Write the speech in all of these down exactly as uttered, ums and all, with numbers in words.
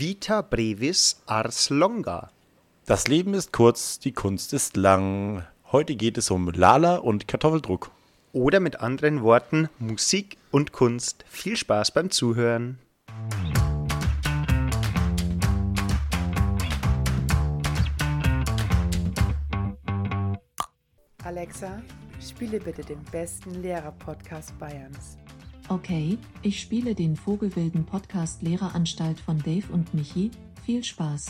Vita brevis ars longa. Das Leben ist kurz, die Kunst ist lang. Heute geht es um Lala und Kartoffeldruck. Oder mit anderen Worten, Musik und Kunst. Viel Spaß beim Zuhören. Alexa, spiele bitte den besten Lehrer-Podcast Bayerns. Okay, ich spiele den Vogelwilden Podcast Lehreranstalt von Dave und Michi. Viel Spaß.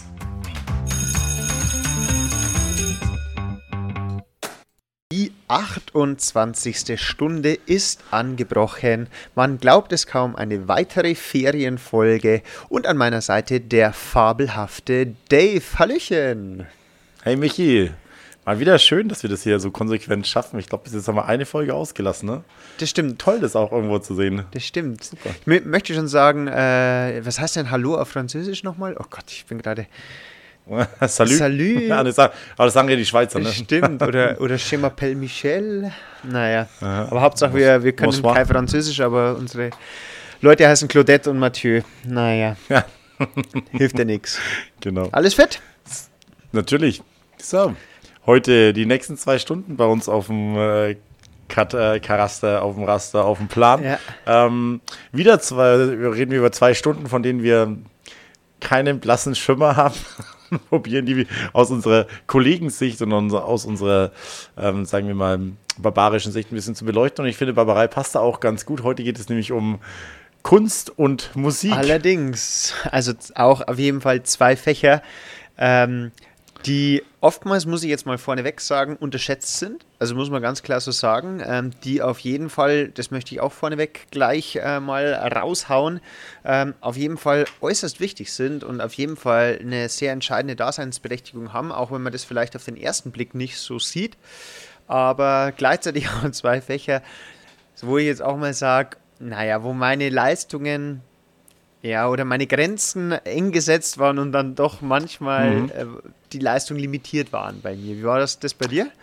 Die achtundzwanzigste Stunde ist angebrochen. Man glaubt es kaum, eine weitere Ferienfolge. Und an meiner Seite der fabelhafte Dave. Hallöchen. Hey Michi, mal wieder schön, dass wir das hier so konsequent schaffen. Ich glaube, bis jetzt haben wir eine Folge ausgelassen, ne? Das stimmt. Toll, das auch irgendwo zu sehen. Das stimmt. Super. Ich m- möchte schon sagen, äh, was heißt denn Hallo auf Französisch nochmal? Oh Gott, ich bin gerade... Salut. Salut. Ja, das sagen, aber das sagen ja die Schweizer, ne? Das stimmt. Oder, oder Je m'appelle Michel. Naja. Aha. Aber Hauptsache, wir, wir können Bonsoir. kein Französisch, aber unsere Leute heißen Claudette und Mathieu. Naja. Ja. Hilft ja nichts. Genau. Alles fit? Natürlich. So, heute die nächsten zwei Stunden bei uns auf dem äh, Kat- äh, Karaster, auf dem Raster, auf dem Plan. Ja. Ähm, wieder zwei, wir reden wir über zwei Stunden, von denen wir keinen blassen Schimmer haben. Probieren die aus unserer Kollegensicht und unser, aus unserer, ähm, sagen wir mal, barbarischen Sicht ein bisschen zu beleuchten. Und ich finde, Barbarei passt da auch ganz gut. Heute geht es nämlich um Kunst und Musik. Allerdings. Also auch auf jeden Fall zwei Fächer, ähm, die oftmals, muss ich jetzt mal vorneweg sagen, unterschätzt sind. Also muss man ganz klar so sagen, ähm, die auf jeden Fall, das möchte ich auch vorneweg gleich äh, mal raushauen, ähm, auf jeden Fall äußerst wichtig sind und auf jeden Fall eine sehr entscheidende Daseinsberechtigung haben, auch wenn man das vielleicht auf den ersten Blick nicht so sieht. Aber gleichzeitig auch zwei Fächer, wo ich jetzt auch mal sage, naja, wo meine Leistungen... Ja, oder meine Grenzen eng gesetzt waren und dann doch manchmal Mhm. äh, die Leistung limitiert waren bei mir. Wie war das, das bei dir?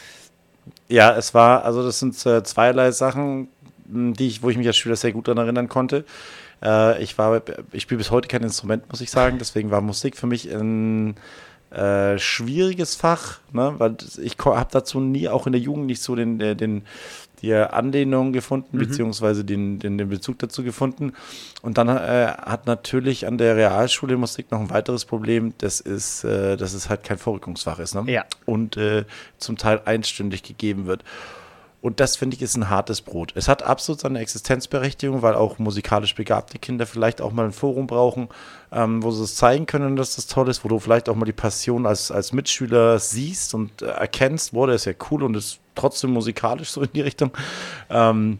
Ja, es war, also das sind äh, zweierlei Sachen, m, die ich, wo ich mich als Schüler sehr gut daran erinnern konnte. Äh, ich war, ich spiele bis heute kein Instrument, muss ich sagen, deswegen war Musik für mich ein äh, schwieriges Fach, ne? Weil das- ich habe dazu nie, auch in der Jugend, nicht so den, äh, den die Anlehnung gefunden, Mhm. beziehungsweise den, den, den Bezug dazu gefunden. Und dann äh, hat natürlich an der Realschule Musik noch ein weiteres Problem, das ist, äh, dass es halt kein Vorrückungsfach ist, ne? Ja. Und äh, zum Teil einstündig gegeben wird. Und das, finde ich, ist ein hartes Brot. Es hat absolut seine Existenzberechtigung, weil auch musikalisch begabte Kinder vielleicht auch mal ein Forum brauchen, ähm, wo sie es zeigen können, dass das toll ist, wo du vielleicht auch mal die Passion als, als Mitschüler siehst und äh, erkennst, boah, der ist ja cool und ist trotzdem musikalisch so in die Richtung. Ähm,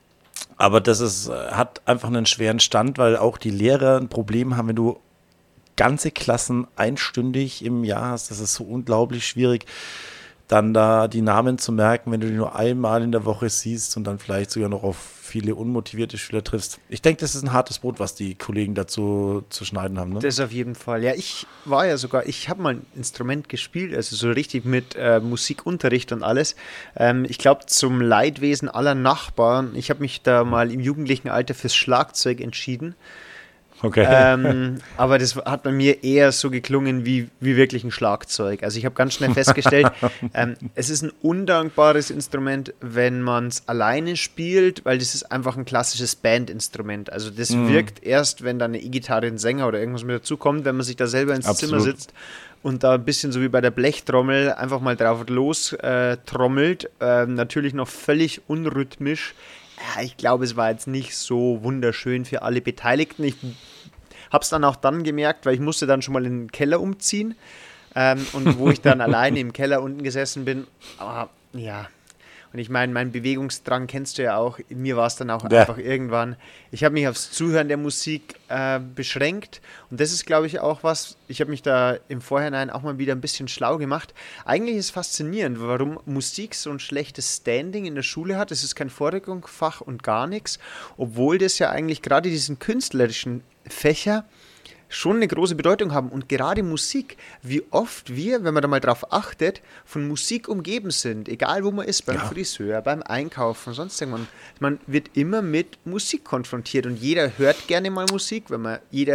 aber das ist, äh, hat einfach einen schweren Stand, weil auch die Lehrer ein Problem haben, wenn du ganze Klassen einstündig im Jahr hast. Das ist so unglaublich schwierig, dann da die Namen zu merken, wenn du die nur einmal in der Woche siehst und dann vielleicht sogar noch auf viele unmotivierte Schüler triffst. Ich denke, das ist ein hartes Brot, was die Kollegen dazu zu schneiden haben. Ne? Das auf jeden Fall. Ja, ich war ja sogar, ich habe mal ein Instrument gespielt, also so richtig mit äh, Musikunterricht und alles. Ähm, ich glaube, zum Leidwesen aller Nachbarn. Ich habe mich da mal im jugendlichen Alter fürs Schlagzeug entschieden. Okay. Ähm, aber das hat bei mir eher so geklungen wie, wie wirklich ein Schlagzeug. Also ich habe ganz schnell festgestellt, ähm, es ist ein undankbares Instrument, wenn man es alleine spielt, weil das ist einfach ein klassisches Bandinstrument. Also das Mhm. wirkt erst, wenn da eine E-Gitarre, ein Sänger oder irgendwas mit dazu kommt, wenn man sich da selber ins Absolut. Zimmer sitzt und da ein bisschen so wie bei der Blechtrommel einfach mal drauf los äh, trommelt. Ähm, natürlich noch völlig unrhythmisch. Ja, ich glaube, es war jetzt nicht so wunderschön für alle Beteiligten. Ich habe es dann auch dann gemerkt, weil ich musste dann schon mal in den Keller umziehen. Ähm, und wo ich dann alleine im Keller unten gesessen bin, aber ja. Und ich meine, mein Bewegungsdrang kennst du ja auch. Mir war es dann auch Ja. einfach irgendwann. Ich habe mich aufs Zuhören der Musik äh, beschränkt. Und das ist, glaube ich, auch was. Ich habe mich da im Vorhinein auch mal wieder ein bisschen schlau gemacht. Eigentlich ist es faszinierend, warum Musik so ein schlechtes Standing in der Schule hat. Es ist kein Vorrückungsfach und gar nichts. Obwohl das ja eigentlich gerade diesen künstlerischen Fächer schon eine große Bedeutung haben. Und gerade Musik, wie oft wir, wenn man da mal drauf achtet, von Musik umgeben sind. Egal wo man ist, beim Ja. Friseur, beim Einkaufen, sonst irgendwann. Man wird immer mit Musik konfrontiert und jeder hört gerne mal Musik, wenn man, jeder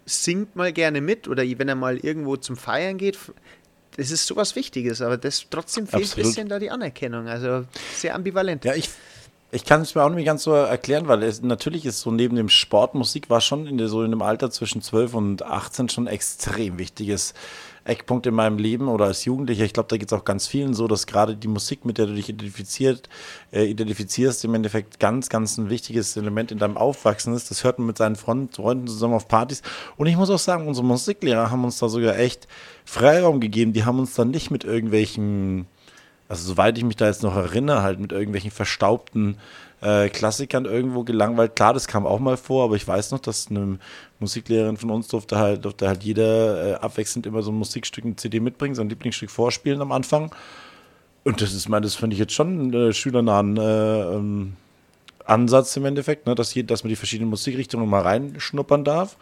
singt mal gerne mit oder wenn er mal irgendwo zum Feiern geht. Das ist sowas Wichtiges, aber das trotzdem fehlt Absolut. ein bisschen da die Anerkennung. Also sehr ambivalent. Ja, ich, ich kann es mir auch nicht ganz so erklären, weil es natürlich ist so neben dem Sport, Musik war schon in der, so in dem Alter zwischen zwölf und achtzehn schon ein extrem wichtiges Eckpunkt in meinem Leben oder als Jugendlicher. Ich glaube, da geht es auch ganz vielen so, dass gerade die Musik, mit der du dich identifiziert, äh, identifizierst, im Endeffekt ganz, ganz ein wichtiges Element in deinem Aufwachsen ist. Das hört man mit seinen Freunden zusammen auf Partys. Und ich muss auch sagen, unsere Musiklehrer haben uns da sogar echt Freiraum gegeben. Die haben uns dann nicht mit irgendwelchen, also soweit ich mich da jetzt noch erinnere, halt mit irgendwelchen verstaubten äh, Klassikern irgendwo gelangweilt. Klar, das kam auch mal vor, aber ich weiß noch, dass eine Musiklehrerin von uns durfte halt, durfte halt jeder äh, abwechselnd immer so ein Musikstück, eine C D mitbringen, sein Lieblingsstück vorspielen am Anfang. Und das ist, mein, das finde ich jetzt schon einen äh, schülernahen äh, ähm, Ansatz im Endeffekt, ne, dass, je, dass man die verschiedenen Musikrichtungen mal reinschnuppern darf.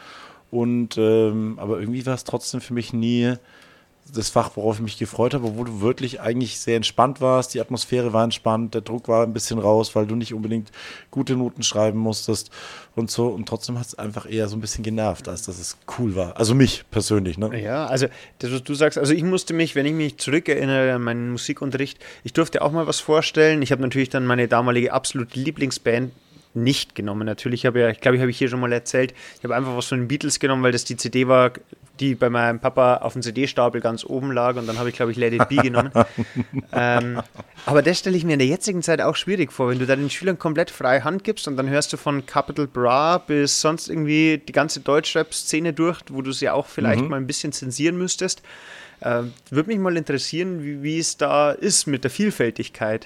Und ähm, aber irgendwie war es trotzdem für mich nie das Fach, worauf ich mich gefreut habe, wo du wirklich eigentlich sehr entspannt warst, die Atmosphäre war entspannt, der Druck war ein bisschen raus, weil du nicht unbedingt gute Noten schreiben musstest und so, und trotzdem hat es einfach eher so ein bisschen genervt, als dass es cool war. Also mich persönlich, ne? Ja, also das, was du sagst, also ich musste mich, wenn ich mich zurückerinnere an meinen Musikunterricht, ich durfte auch mal was vorstellen. Ich habe natürlich dann meine damalige absolute Lieblingsband nicht genommen. Natürlich habe ja, ich glaube, ich habe ich hier schon mal erzählt, ich habe einfach was von den Beatles genommen, weil das die C D war, die bei meinem Papa auf dem C D-Stapel ganz oben lag, und dann habe ich, glaube ich, Let It Be genommen. ähm, aber das stelle ich mir in der jetzigen Zeit auch schwierig vor, wenn du da den Schülern komplett freie Hand gibst und dann hörst du von Capital Bra bis sonst irgendwie die ganze Deutschrap-Szene durch, wo du es ja auch vielleicht mhm. mal ein bisschen zensieren müsstest. Äh, würde mich mal interessieren, wie, wie es da ist mit der Vielfältigkeit,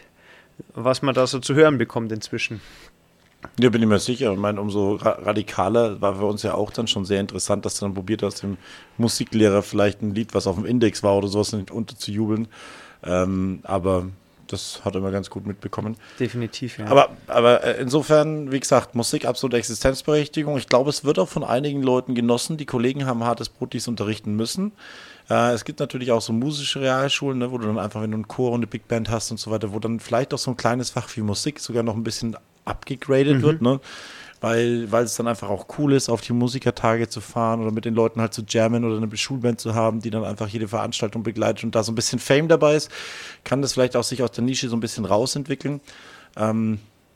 was man da so zu hören bekommt inzwischen. Ja, bin ich mir sicher. Ich meine, umso ra- radikaler war für uns ja auch dann schon sehr interessant, dass du dann probiert hast, dem Musiklehrer vielleicht ein Lied, was auf dem Index war oder sowas, nicht unterzujubeln. Ähm, aber das hat er immer ganz gut mitbekommen. Definitiv, ja. Aber, aber insofern, wie gesagt, Musik, absolute Existenzberechtigung. Ich glaube, es wird auch von einigen Leuten genossen. Die Kollegen haben hartes Brot, die es unterrichten müssen. Äh, es gibt natürlich auch so musische Realschulen, ne, wo du dann einfach, wenn du einen Chor und eine Big Band hast und so weiter, wo dann vielleicht auch so ein kleines Fach wie Musik sogar noch ein bisschen abgegradet mhm. wird, ne? Weil, weil es dann einfach auch cool ist, auf die Musikertage zu fahren oder mit den Leuten halt zu jammen oder eine Schulband zu haben, die dann einfach jede Veranstaltung begleitet und da so ein bisschen Fame dabei ist, kann das vielleicht auch sich aus der Nische so ein bisschen rausentwickeln. Ähm,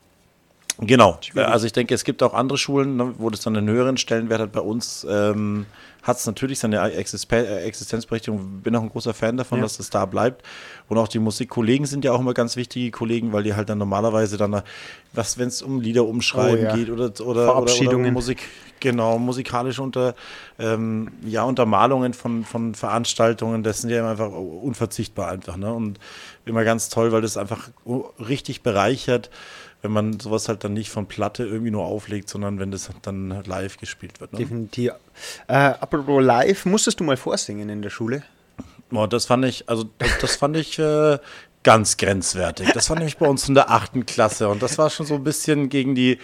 genau, Schwierig. Also ich denke, es gibt auch andere Schulen, ne, wo das dann einen höheren Stellenwert hat. Bei uns ähm, hat es natürlich seine Existenzberechtigung, bin auch ein großer Fan davon, ja. dass das da bleibt. Und auch die Musikkollegen sind ja auch immer ganz wichtige Kollegen, weil die halt dann normalerweise dann, was, wenn es um Lieder umschreiben oh, ja. geht oder, oder, Verabschiedungen. oder, oder Musik, genau, musikalische unter, ähm, ja, Untermalungen von, von Veranstaltungen, das sind ja einfach unverzichtbar einfach, ne? Und immer ganz toll, weil das einfach richtig bereichert, wenn man sowas halt dann nicht von Platte irgendwie nur auflegt, sondern wenn das dann live gespielt wird. Ne? Definitiv. Äh, apropos live, musstest du mal vorsingen in der Schule? Oh, das fand ich, also das, das fand ich äh, ganz grenzwertig. Das war nämlich bei uns in der achten Klasse und das war schon so ein bisschen gegen die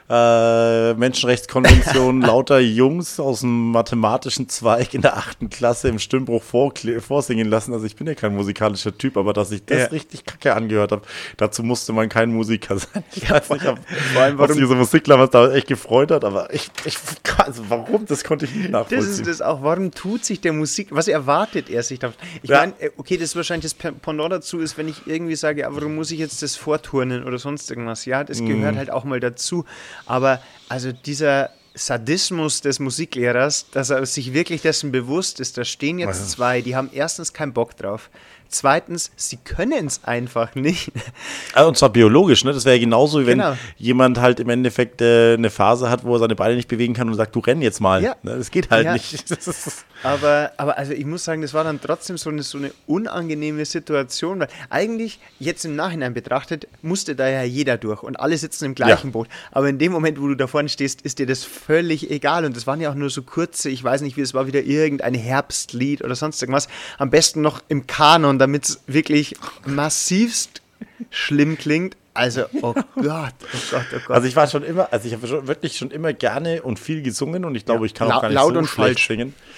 äh, Menschenrechtskonvention lauter Jungs aus dem mathematischen Zweig in der achten Klasse im Stimmbruch vor, vorsingen lassen. Also ich bin ja kein musikalischer Typ, aber dass ich das ja. richtig kacke angehört habe, dazu musste man kein Musiker sein. Ich weiß nicht, ob, vor allem, warum diese Musiklehrer was da echt gefreut hat, aber ich, ich also warum, das konnte ich nicht nachvollziehen. Das ist das auch, warum tut sich der Musik, was erwartet er sich davon? Ich ja. meine, okay, das ist wahrscheinlich das Pendant dazu ist, wenn ich irgendwie sage, ja, warum muss ich jetzt das vorturnen oder sonst irgendwas? Ja, das gehört mm. halt auch mal dazu. Aber also dieser Sadismus des Musiklehrers, dass er sich wirklich dessen bewusst ist, da stehen jetzt also. zwei, die haben erstens keinen Bock drauf. Zweitens, sie können es einfach nicht. Also und zwar biologisch, ne? Das wäre ja genauso, wie wenn genau. jemand halt im Endeffekt äh, eine Phase hat, wo er seine Beine nicht bewegen kann und sagt, du renn jetzt mal. Ja. Ne? Das geht halt ja. nicht. Das ist aber, aber also ich muss sagen, das war dann trotzdem so eine, so eine unangenehme Situation, weil eigentlich jetzt im Nachhinein betrachtet, musste da ja jeder durch und alle sitzen im gleichen ja. Boot. Aber in dem Moment, wo du da vorne stehst, ist dir das völlig egal und das waren ja auch nur so kurze, ich weiß nicht, wie es war, wieder irgendein Herbstlied oder sonst irgendwas. Am besten noch im Kanon, damit es wirklich massivst schlimm klingt. Also, oh Gott, oh Gott, oh Gott. Also ich war schon immer, also ich habe schon, wirklich schon immer gerne und viel gesungen und ich glaube, ja, ich kann La- auch gar nicht laut so und schlecht falsch singen.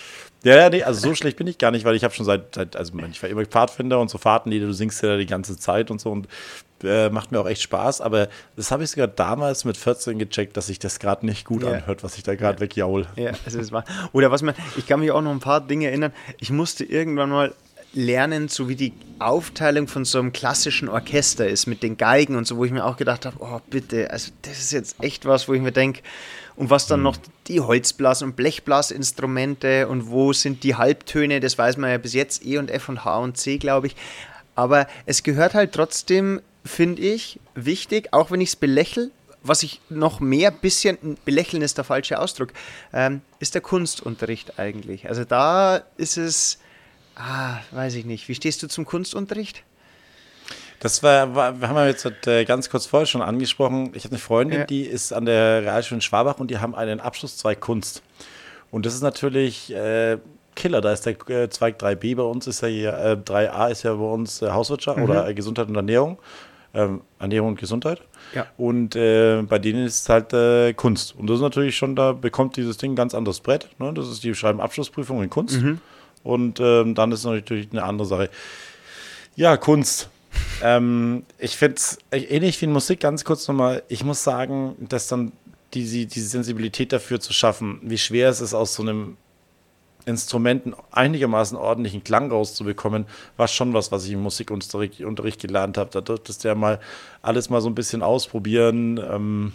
Ja, ja, nee, also so schlecht bin ich gar nicht, weil ich habe schon seit, seit also ich war immer Pfadfinder und so Fahrtenlieder, du singst ja die ganze Zeit und so und äh, macht mir auch echt Spaß, aber das habe ich sogar damals mit vierzehn gecheckt, dass sich das gerade nicht gut Ja. anhört, was ich da gerade Ja. wegjaul. Ja, also das war. Oder was man, ich kann mich auch noch ein paar Dinge erinnern. Ich musste irgendwann mal lernen, so wie die Aufteilung von so einem klassischen Orchester ist mit den Geigen und so, wo ich mir auch gedacht habe, oh bitte, also das ist jetzt echt was, wo ich mir denke, und was dann noch die Holzblas- und Blechblasinstrumente und wo sind die Halbtöne, das weiß man ja bis jetzt, E und F und H und C, glaube ich. Aber es gehört halt trotzdem, finde ich, wichtig, auch wenn ich es belächle, was ich noch mehr bisschen, belächeln ist der falsche Ausdruck, ähm, ist der Kunstunterricht eigentlich. Also da ist es, ah, weiß ich nicht. Wie stehst du zum Kunstunterricht? Das war, war, haben wir jetzt äh, ganz kurz vorher schon angesprochen. Ich habe eine Freundin, Ja. die ist an der Realschule in Schwabach und die haben einen Abschlusszweig Kunst. Und das ist natürlich äh, Killer. Da ist der äh, Zweig drei b bei uns, ist ja hier, äh, drei a ist ja bei uns äh, Hauswirtschaft oder äh, Gesundheit und Ernährung. Ähm, Ernährung und Gesundheit. Ja. Und äh, bei denen ist es halt äh, Kunst. Und das ist natürlich schon, da bekommt dieses Ding ein ganz anderes Brett. Ne? Das ist, die schreiben Abschlussprüfung in Kunst. Und ähm, dann ist es natürlich eine andere Sache. Ja, Kunst. ähm, ich finde es ähnlich wie in Musik, ganz kurz nochmal, ich muss sagen, dass dann diese, diese Sensibilität dafür zu schaffen, wie schwer es ist, aus so einem Instrumenten einigermaßen ordentlichen Klang rauszubekommen, war schon was, was ich im Musikunterricht Unterricht gelernt habe. Da durftest du ja mal alles mal so ein bisschen ausprobieren. Ähm,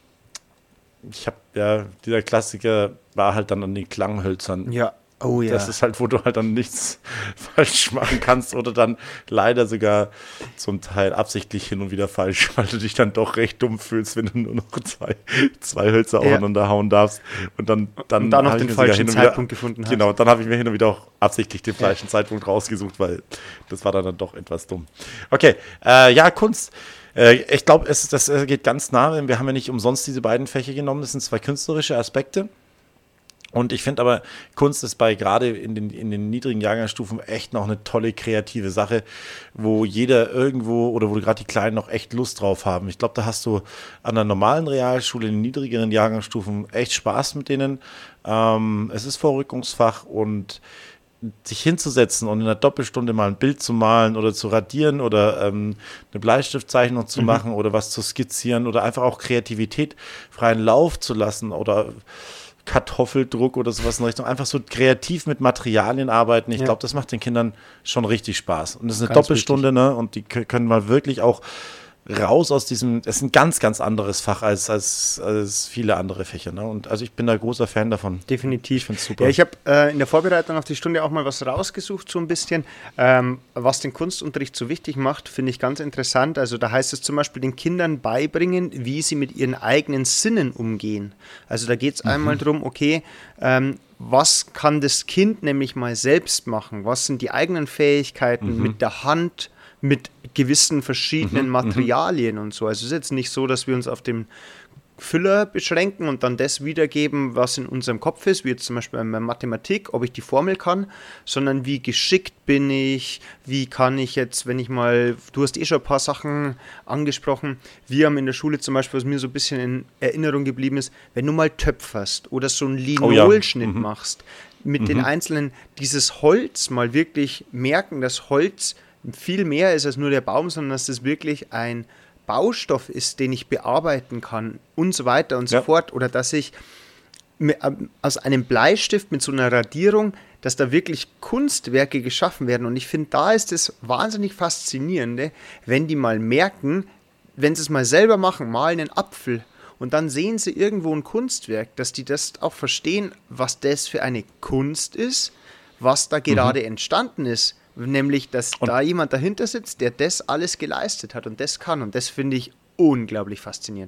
ich habe ja, dieser Klassiker war halt dann an den Klanghölzern. Ja. Oh ja. Das ist halt, wo du halt dann nichts falsch machen kannst oder dann leider sogar zum Teil absichtlich hin und wieder falsch, weil du dich dann doch recht dumm fühlst, wenn du nur noch zwei, zwei Hölzer Ja. aufeinander hauen darfst und dann, dann Und da noch hab ich den mir sogar falschen hin und wieder- Zeitpunkt gefunden hast. Genau, dann habe ich mir hin und wieder auch absichtlich den Ja. falschen Zeitpunkt rausgesucht, weil das war dann, dann doch etwas dumm. Okay, äh, ja, Kunst. Äh, ich glaube, es das äh, geht ganz nah, denn wir haben ja nicht umsonst diese beiden Fächer genommen. Das sind zwei künstlerische Aspekte. Und ich finde aber, Kunst ist bei gerade in den, in den niedrigen Jahrgangsstufen echt noch eine tolle kreative Sache, wo jeder irgendwo oder wo gerade die Kleinen noch echt Lust drauf haben. Ich glaube, da hast du an der normalen Realschule in den niedrigeren Jahrgangsstufen echt Spaß mit denen. Ähm, es ist Vorrückungsfach und sich hinzusetzen und in einer Doppelstunde mal ein Bild zu malen oder zu radieren oder ähm, eine Bleistiftzeichnung zu machen oder was zu skizzieren oder einfach auch Kreativität freien Lauf zu lassen oder Kartoffeldruck oder sowas in Richtung, einfach so kreativ mit Materialien arbeiten. Ich Ja. glaube, das macht den Kindern schon richtig Spaß. Und das ist eine Ganz Doppelstunde, ne? Und die k- können mal wirklich auch raus aus diesem, es ist ein ganz, ganz anderes Fach als, als, als viele andere Fächer, ne? Und also ich bin da großer Fan davon. Definitiv. Ich finde es super. Ja, ich habe äh, in der Vorbereitung auf die Stunde auch mal was rausgesucht, so ein bisschen, ähm, was den Kunstunterricht so wichtig macht, finde ich ganz interessant. Also da heißt es zum Beispiel den Kindern beibringen, wie sie mit ihren eigenen Sinnen umgehen. Also da geht es einmal darum, okay, ähm, was kann das Kind nämlich mal selbst machen? Was sind die eigenen Fähigkeiten mit der Hand, mit gewissen verschiedenen Materialien und so. Also es ist jetzt nicht so, dass wir uns auf dem Füller beschränken und dann das wiedergeben, was in unserem Kopf ist, wie jetzt zum Beispiel bei Mathematik, ob ich die Formel kann, sondern wie geschickt bin ich, wie kann ich jetzt, wenn ich mal, du hast eh schon ein paar Sachen angesprochen, wir haben in der Schule zum Beispiel, was mir so ein bisschen in Erinnerung geblieben ist, wenn du mal töpferst oder so einen Oh ja. Linolschnitt machst, mit den einzelnen, dieses Holz mal wirklich merken, dass Holz viel mehr ist als nur der Baum, sondern dass das wirklich ein Baustoff ist, den ich bearbeiten kann und so weiter und so Ja. fort. Oder dass ich mit, ähm, aus einem Bleistift mit so einer Radierung, dass da wirklich Kunstwerke geschaffen werden. Und ich finde, da ist es wahnsinnig faszinierende, wenn die mal merken, wenn sie es mal selber machen, malen einen Apfel und dann sehen sie irgendwo ein Kunstwerk, dass die das auch verstehen, was das für eine Kunst ist, was da gerade entstanden ist. Nämlich, dass Und- da jemand dahinter sitzt, der das alles geleistet hat und das kann. Und das finde ich unglaublich faszinierend.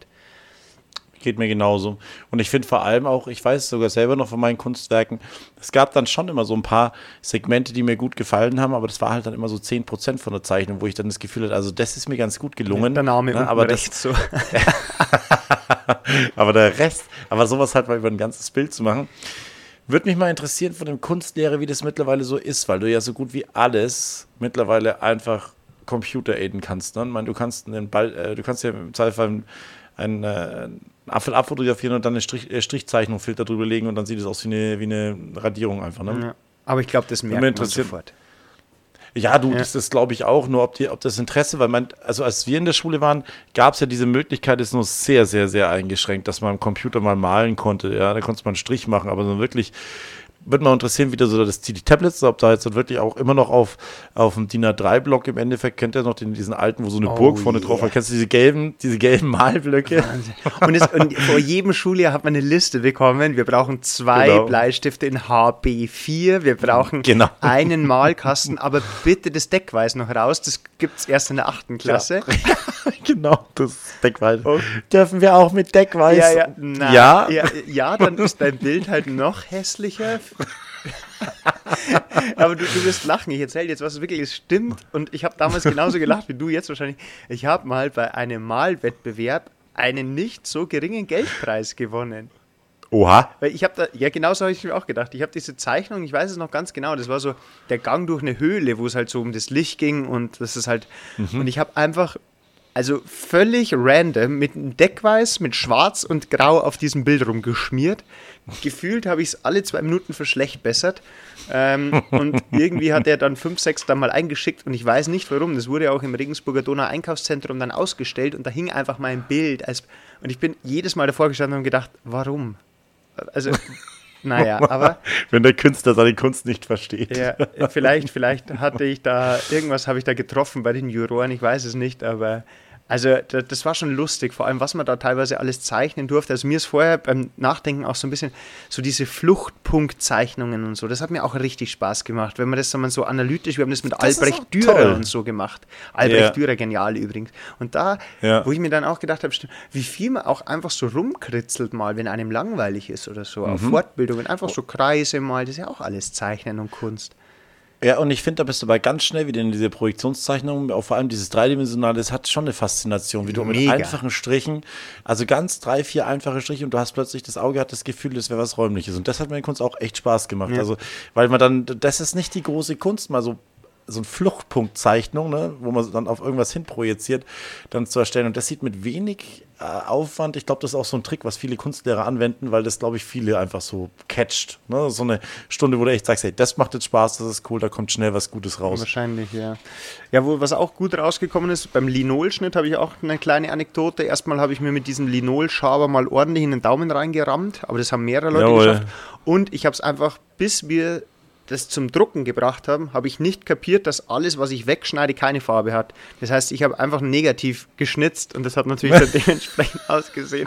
Geht mir genauso. Und ich finde vor allem auch, ich weiß sogar selber noch von meinen Kunstwerken, es gab dann schon immer so ein paar Segmente, die mir gut gefallen haben, aber das war halt dann immer so zehn Prozent von der Zeichnung, wo ich dann das Gefühl hatte, also das ist mir ganz gut gelungen. Der Name ne, unten aber das, rechts so. aber der Rest, aber sowas halt mal über ein ganzes Bild zu machen. Würde mich mal interessieren von dem Kunstlehrer, wie das mittlerweile so ist, weil du ja so gut wie alles mittlerweile einfach Computer-aiden kannst. Ne? Ich meine, du kannst einen Ball, äh, du kannst ja im Zweifel einen äh, Apfel abfotografieren und dann eine Strich, äh, Strichzeichnung, Filter drüber legen und dann sieht es aus wie eine, wie eine Radierung einfach. Ne? Ja. Aber ich glaube, das merkt man sofort. Ja, du, ja. das ist, glaube ich, auch nur, ob, die, ob das Interesse, weil man, also als wir in der Schule waren, gab es ja diese Möglichkeit, ist nur sehr, sehr, sehr eingeschränkt, dass man am Computer mal malen konnte, ja, da konnte man einen Strich machen, aber so wirklich, würde mal interessieren, wie da so das, die Tablets, ob da jetzt wirklich auch immer noch auf, auf dem D I N A drei Block im Endeffekt, kennt ihr noch den, diesen alten, wo so eine oh Burg vorne yeah. drauf war, kennst du diese gelben, diese gelben Malblöcke? Und, es, und vor jedem Schuljahr hat man eine Liste bekommen, wir brauchen zwei genau. Bleistifte in H B vier, wir brauchen genau. einen Malkasten, aber bitte das Deckweiß noch raus, das gibt es erst in der achten Klasse. Ja. Genau, das Deckweiß. Oh. Dürfen wir auch mit Deckweiß? Ja, ja, na, ja. ja, ja, dann ist dein Bild halt noch hässlicher. Aber du, du wirst lachen, ich erzähle jetzt, was wirklich stimmt und ich habe damals genauso gelacht wie du jetzt wahrscheinlich. Ich habe mal bei einem Malwettbewerb einen nicht so geringen Geldpreis gewonnen. Oha. Weil ich habe da, ja genauso habe ich mir auch gedacht, ich habe diese Zeichnung, ich weiß es noch ganz genau, das war so der Gang durch eine Höhle, wo es halt so um das Licht ging und das ist halt, mhm. und ich habe einfach, also völlig random, mit einem Deckweiß, mit Schwarz und Grau auf diesem Bild rumgeschmiert. Gefühlt habe ich es alle zwei Minuten verschlechtbessert. Ähm, und irgendwie hat er dann fünf, sechs dann mal eingeschickt und ich weiß nicht warum. Das wurde ja auch im Regensburger Donau-Einkaufszentrum dann ausgestellt und da hing einfach mein Bild. Als, und ich bin jedes Mal davor gestanden und gedacht, warum? Also, naja, aber... Wenn der Künstler seine Kunst nicht versteht. Ja, vielleicht, vielleicht hatte ich da, irgendwas habe ich da getroffen bei den Juroren, ich weiß es nicht, aber... Also das war schon lustig, vor allem was man da teilweise alles zeichnen durfte. Also mir ist vorher beim Nachdenken auch so ein bisschen so diese Fluchtpunktzeichnungen und so, das hat mir auch richtig Spaß gemacht, wenn man das dann so analytisch, wir haben das mit das Albrecht Dürer und so gemacht. Albrecht ja. Dürer, genial übrigens. Und da, ja. wo ich mir dann auch gedacht habe, wie viel man auch einfach so rumkritzelt mal, wenn einem langweilig ist oder so, mhm. auf Fortbildungen, einfach so Kreise mal, das ist ja auch alles Zeichnen und Kunst. Ja, und ich finde, da bist du bei ganz schnell wieder in diese Projektionszeichnung, auch vor allem dieses Dreidimensionale, das hat schon eine Faszination, wie du Mega. mit einfachen Strichen, also ganz drei, vier einfache Striche und du hast plötzlich, das Auge hat das Gefühl, das wäre was Räumliches und das hat mir in Kunst auch echt Spaß gemacht, ja. also, weil man dann, das ist nicht die große Kunst, mal so so eine Fluchtpunktzeichnung, ne, wo man dann auf irgendwas hinprojiziert, dann zu erstellen. Und das sieht mit wenig äh, Aufwand, ich glaube, das ist auch so ein Trick, was viele Kunstlehrer anwenden, weil das, glaube ich, viele einfach so catcht. Ne? So eine Stunde, wo du echt sagst, hey, das macht jetzt Spaß, das ist cool, da kommt schnell was Gutes raus. Wahrscheinlich, ja. Ja, wo was auch gut rausgekommen ist, beim Linolschnitt habe ich auch eine kleine Anekdote. Erstmal habe ich mir mit diesem Linolschaber mal ordentlich in den Daumen reingerammt, aber das haben mehrere Leute Jawohl. geschafft. Und ich habe es einfach, bis wir das zum Drucken gebracht haben, habe ich nicht kapiert, dass alles, was ich wegschneide, keine Farbe hat. Das heißt, ich habe einfach negativ geschnitzt und das hat natürlich dann dementsprechend ausgesehen.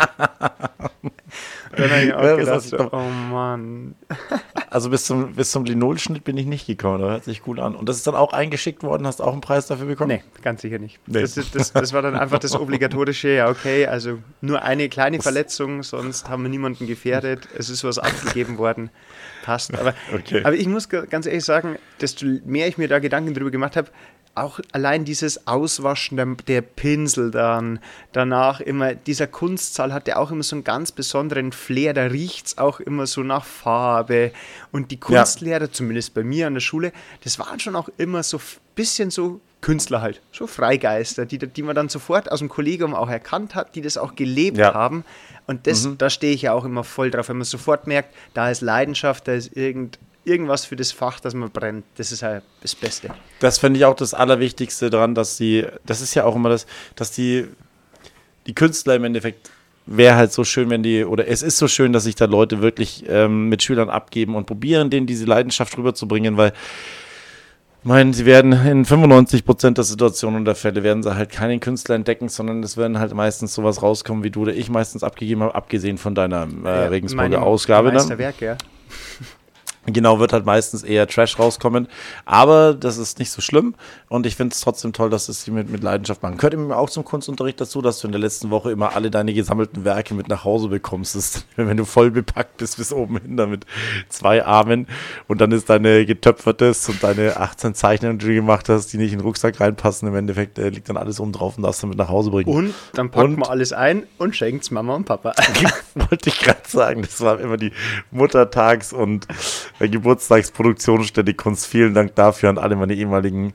Dann habe ich auch gedacht, so, oh Mann. Also bis zum, bis zum Linolschnitt bin ich nicht gekommen, das hört sich cool an. Und das ist dann auch eingeschickt worden, hast du auch einen Preis dafür bekommen? Nee, ganz sicher nicht. Nee. Das, ist, das, das war dann einfach das obligatorische, ja okay, also nur eine kleine Verletzung, sonst haben wir niemanden gefährdet, es ist was abgegeben worden. Passt, aber, okay. aber ich muss ganz ehrlich sagen, desto mehr ich mir da Gedanken drüber gemacht habe, auch allein dieses Auswaschen der, der Pinsel dann, danach immer, dieser Kunstsaal hat ja auch immer so einen ganz besonderen Flair, da riecht es auch immer so nach Farbe und die Kunstlehrer, ja. zumindest bei mir an der Schule, das waren schon auch immer so ein bisschen so Künstler halt, so Freigeister, die, die man dann sofort aus dem Kollegium auch erkannt hat, die das auch gelebt ja. haben. Und das, mhm. da stehe ich ja auch immer voll drauf, wenn man sofort merkt, da ist Leidenschaft, da ist irgend, irgendwas für das Fach, das man brennt. Das ist halt das Beste. Das finde ich auch das Allerwichtigste daran, dass die, das ist ja auch immer das, dass die, die Künstler im Endeffekt, wäre halt so schön, wenn die, oder es ist so schön, dass sich da Leute wirklich ähm, mit Schülern abgeben und probieren, denen diese Leidenschaft rüberzubringen, weil ich meine, sie werden in fünfundneunzig Prozent der Situationen und der Fälle werden sie halt keinen Künstler entdecken, sondern es werden halt meistens sowas rauskommen, wie du oder ich meistens abgegeben habe, abgesehen von deiner äh, ja, Regensburger Ausgabe. Meisterwerk, ja. Genau, wird halt meistens eher Trash rauskommen, aber das ist nicht so schlimm und ich finde es trotzdem toll, dass es sie mit, mit Leidenschaft machen. Gehört eben auch zum Kunstunterricht dazu, dass du in der letzten Woche immer alle deine gesammelten Werke mit nach Hause bekommst. Das ist, wenn du voll bepackt bist bis oben hin, da mit zwei Armen und dann ist deine getöpfertes und deine achtzehn Zeichnungen, die du gemacht hast, die nicht in den Rucksack reinpassen, im Endeffekt äh, liegt dann alles oben drauf und darfst du mit nach Hause bringen. Und dann packt und, man alles ein und schenkt's Mama und Papa. Wollte ich gerade sagen, das war immer die Muttertags- und Geburtstagsproduktionsstätte Kunst. Vielen Dank dafür an alle meine ehemaligen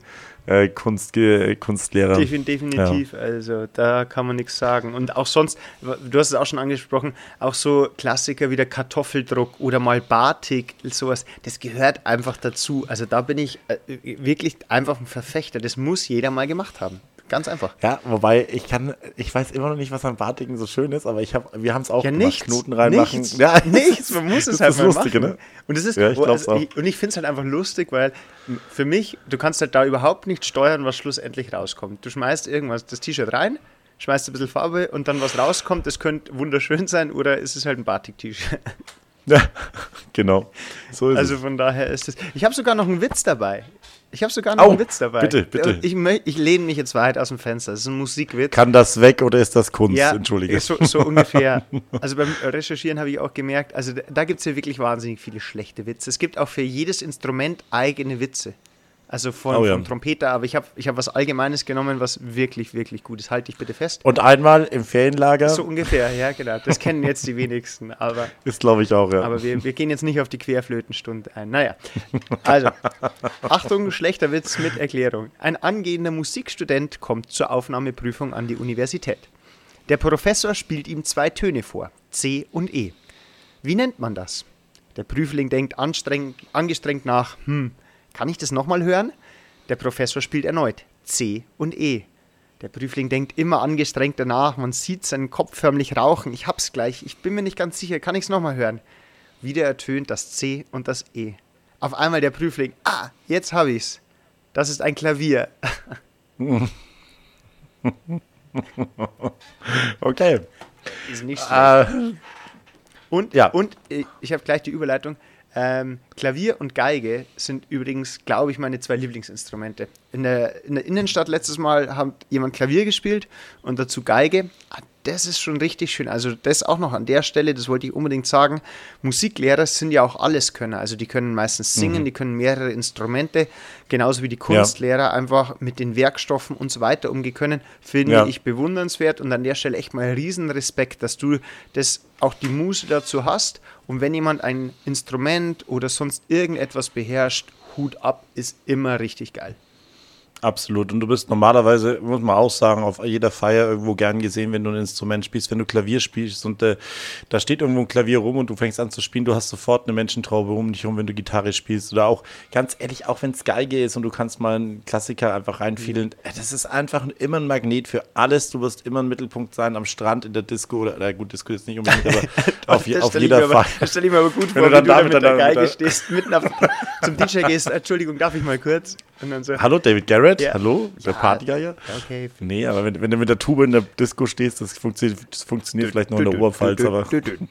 äh, Kunst, äh, Kunstlehrer. Defin- definitiv, ja. Also da kann man nichts sagen. Und auch sonst, du hast es auch schon angesprochen, auch so Klassiker wie der Kartoffeldruck oder mal Batik, sowas, das gehört einfach dazu. Also da bin ich äh, wirklich einfach ein Verfechter. Das muss jeder mal gemacht haben. Ganz einfach. Ja, wobei ich kann, ich weiß immer noch nicht, was an Batiken so schön ist, aber ich hab, wir haben es auch ja, gemacht. Nichts, Knoten reinmachen. Nichts, ja, nichts, man muss es halt ist mal lustig, machen. Ne? Und, das ist, ja, ich also, auch. ich, und ich finde es halt einfach lustig, weil für mich, du kannst halt da überhaupt nicht steuern, was schlussendlich rauskommt. Du schmeißt irgendwas, das T-Shirt rein, schmeißt ein bisschen Farbe und dann was rauskommt, das könnte wunderschön sein oder ist es halt ein Batik-T-Shirt. Ja, genau. So ist also es. von daher ist es. Ich habe sogar noch einen Witz dabei. Ich habe sogar noch Au, einen Witz dabei. bitte, bitte. Ich, ich lehne mich jetzt weit aus dem Fenster. Das ist ein Musikwitz. Kann das weg oder ist das Kunst? Ja, Entschuldige. So, so ungefähr. Also beim Recherchieren habe ich auch gemerkt, also da, da gibt es ja wirklich wahnsinnig viele schlechte Witze. Es gibt auch für jedes Instrument eigene Witze. Also von, oh, ja. vom Trompeter, aber ich habe ich hab was Allgemeines genommen, was wirklich, wirklich gut ist. Halte dich bitte fest. Und einmal im Ferienlager? So ungefähr, ja genau. Das kennen jetzt die wenigsten. Aber, ist glaube ich auch, ja. Aber wir, wir gehen jetzt nicht auf die Querflötenstunde ein. Naja, also, Achtung, schlechter Witz mit Erklärung. Ein angehender Musikstudent kommt zur Aufnahmeprüfung an die Universität. Der Professor spielt ihm zwei Töne vor, C und E. Wie nennt man das? Der Prüfling denkt anstrengend, angestrengt nach, hm, kann ich das nochmal hören? Der Professor spielt erneut C und E. Der Prüfling denkt immer angestrengt danach, man sieht seinen Kopf förmlich rauchen. Ich hab's gleich, ich bin mir nicht ganz sicher, kann ich's nochmal hören? Wieder ertönt das C und das E. Auf einmal der Prüfling, ah, jetzt hab ich's. Das ist ein Klavier. Okay. Ist nicht schlecht. Äh, und, ja. und ich habe gleich die Überleitung. Ähm, Klavier und Geige sind übrigens, glaube ich, meine zwei Lieblingsinstrumente. In der, in der Innenstadt letztes Mal hat jemand Klavier gespielt und dazu Geige. Ah, das ist schon richtig schön. Also das auch noch an der Stelle, das wollte ich unbedingt sagen. Musiklehrer sind ja auch Alleskönner. Also die können meistens singen, mhm. die können mehrere Instrumente, genauso wie die Kunstlehrer ja. einfach mit den Werkstoffen und so weiter umgehen können. Finde ja. ich bewundernswert und an der Stelle echt mal riesen Respekt, dass du das auch die Muße dazu hast. Und wenn jemand ein Instrument oder sonst irgendetwas beherrscht, Hut ab, ist immer richtig geil. Absolut. Und du bist normalerweise, muss man auch sagen, auf jeder Feier irgendwo gern gesehen, wenn du ein Instrument spielst, wenn du Klavier spielst und äh, da steht irgendwo ein Klavier rum und du fängst an zu spielen, du hast sofort eine Menschentraube um dich rum, wenn du Gitarre spielst oder auch, ganz ehrlich, auch wenn es Geige ist und du kannst mal einen Klassiker einfach reinfielen, mhm. das ist einfach immer ein Magnet für alles. Du wirst immer ein Mittelpunkt sein am Strand, in der Disco oder, na gut, Disco ist nicht unbedingt, aber auf, je, auf jeder Feier. Das stelle ich mir aber gut vor, wenn du dann, wenn du da da mit der mit Geige stehst, mitten auf, zum D J gehst, Entschuldigung, darf ich mal kurz? Und dann so, hallo, David Garrett, ja. hallo, der ja, Partygeier. Okay. Nee, aber wenn, wenn du mit der Tube in der Disco stehst, das funktioniert, das funktioniert vielleicht noch in der Oberpfalz, aber...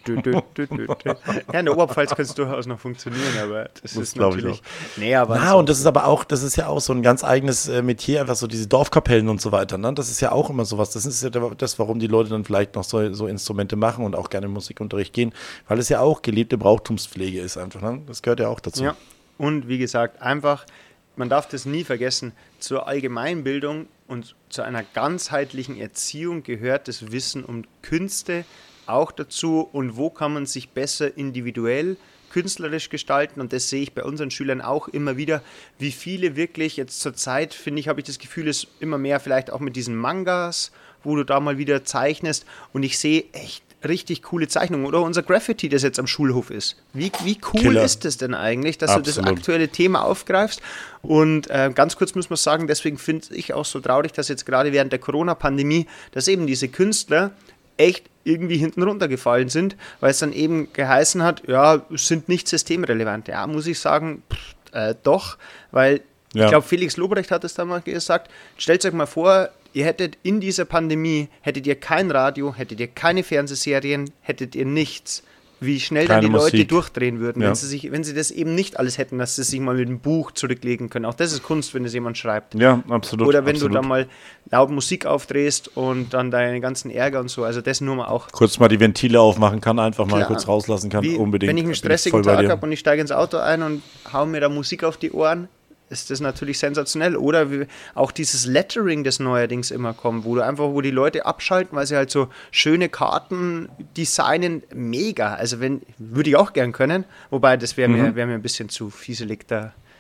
Ja, in der Oberpfalz könnte es durchaus noch funktionieren, aber das, das ist natürlich... Ich nee, aber Na, so. Und das ist aber auch, das ist ja auch so ein ganz eigenes äh, Metier, einfach so diese Dorfkapellen und so weiter, ne? Das ist ja auch immer sowas, das ist ja das, warum die Leute dann vielleicht noch so, so Instrumente machen und auch gerne in Musikunterricht gehen, weil es ja auch gelebte Brauchtumspflege ist einfach, ne? Das gehört ja auch dazu. Ja, und wie gesagt, einfach... Man darf das nie vergessen, zur Allgemeinbildung und zu einer ganzheitlichen Erziehung gehört das Wissen um Künste auch dazu und wo kann man sich besser individuell, künstlerisch gestalten und das sehe ich bei unseren Schülern auch immer wieder, wie viele wirklich jetzt zur Zeit, finde ich, habe ich das Gefühl, ist immer mehr vielleicht auch mit diesen Mangas, wo du da mal wieder zeichnest und ich sehe echt richtig coole Zeichnungen. Oder unser Graffiti, das jetzt am Schulhof ist. Wie, wie cool Killer. ist das denn eigentlich, dass Absolut. du das aktuelle Thema aufgreifst? Und äh, ganz kurz muss man sagen, deswegen finde ich auch so traurig, dass jetzt gerade während der Corona-Pandemie, dass eben diese Künstler echt irgendwie hinten runtergefallen sind, weil es dann eben geheißen hat, ja, sind nicht systemrelevant. Ja, muss ich sagen, pff, äh, doch, weil ja. ich glaube, Felix Lobrecht hat es damals gesagt, stellt euch mal vor, ihr hättet in dieser Pandemie, hättet ihr kein Radio, hättet ihr keine Fernsehserien, hättet ihr nichts. Wie schnell keine dann die Musik. Leute durchdrehen würden, ja. wenn sie sich, wenn sie das eben nicht alles hätten, dass sie sich mal mit einem Buch zurücklegen können. Auch das ist Kunst, wenn es jemand schreibt. Ja, absolut. Oder wenn absolut. du da mal laut Musik aufdrehst und dann deinen ganzen Ärger und so. Also das nur mal auch. Kurz mal die Ventile aufmachen kann, einfach mal Klar. kurz rauslassen kann, Wie, unbedingt. Wenn ich einen stressigen Tag habe und ich steige ins Auto ein und hau mir da Musik auf die Ohren, ist das natürlich sensationell. Oder wie, auch dieses Lettering, das neuerdings immer kommt, wo du einfach, wo die Leute abschalten, weil sie halt so schöne Karten designen, mega. Also wenn, würde ich auch gern können, wobei das wäre mhm. mir, wär mir ein bisschen zu fieselig, da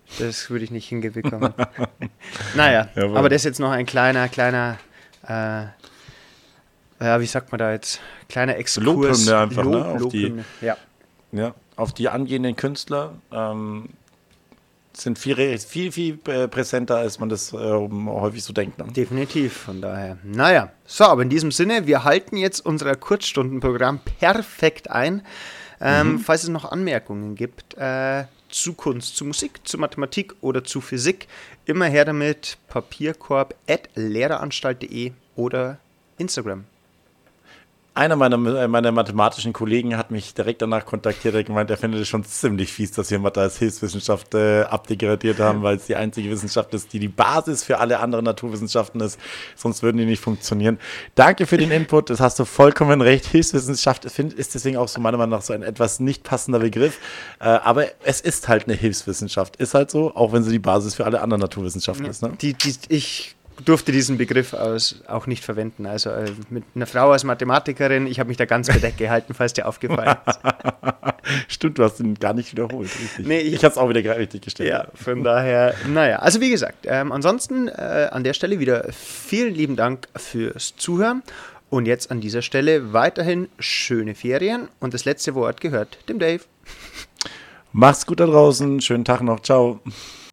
Das würde ich nicht hingebekommen. Naja, Jawohl. aber das ist jetzt noch ein kleiner, kleiner, äh, ja, wie sagt man da jetzt? Kleiner Exkurs. Lobhymne einfach, Lob, ne? Auf die- Lobhymne. Ja. Ja, auf die angehenden Künstler ähm, sind viel, re- viel, viel äh, präsenter, als man das äh, häufig so denkt. Ne? Definitiv, von daher. Naja, so, aber in diesem Sinne, wir halten jetzt unser Kurzstundenprogramm perfekt ein. Ähm, Mhm. Falls es noch Anmerkungen gibt äh, zu Kunst, zu Musik, zu Mathematik oder zu Physik, immer her damit, papierkorb at lehreranstalt punkt de oder Instagram. Einer meiner, äh, meiner mathematischen Kollegen hat mich direkt danach kontaktiert, er hat gemeint, er findet es schon ziemlich fies, dass wir Mathe als Hilfswissenschaft äh, abdegradiert haben, weil es die einzige Wissenschaft ist, die die Basis für alle anderen Naturwissenschaften ist. Sonst würden die nicht funktionieren. Danke für den Input, das hast du vollkommen recht. Hilfswissenschaft ist ist deswegen auch so meiner Meinung nach so ein etwas nicht passender Begriff. Äh, aber es ist halt eine Hilfswissenschaft. Ist halt so, auch wenn sie die Basis für alle anderen Naturwissenschaften ist. Ne? Die, die, ich durfte diesen Begriff aus, auch nicht verwenden. Also äh, mit einer Frau als Mathematikerin, ich habe mich da ganz bedeckt gehalten, falls dir aufgefallen ist. Stimmt, du hast ihn gar nicht wiederholt. Richtig. Nee, ich- ich habe es auch wieder gerade richtig gestellt. Ja, von daher, naja, also wie gesagt, ähm, ansonsten äh, an der Stelle wieder vielen lieben Dank fürs Zuhören und jetzt an dieser Stelle weiterhin schöne Ferien und das letzte Wort gehört dem Dave. Mach's gut da draußen, schönen Tag noch, ciao.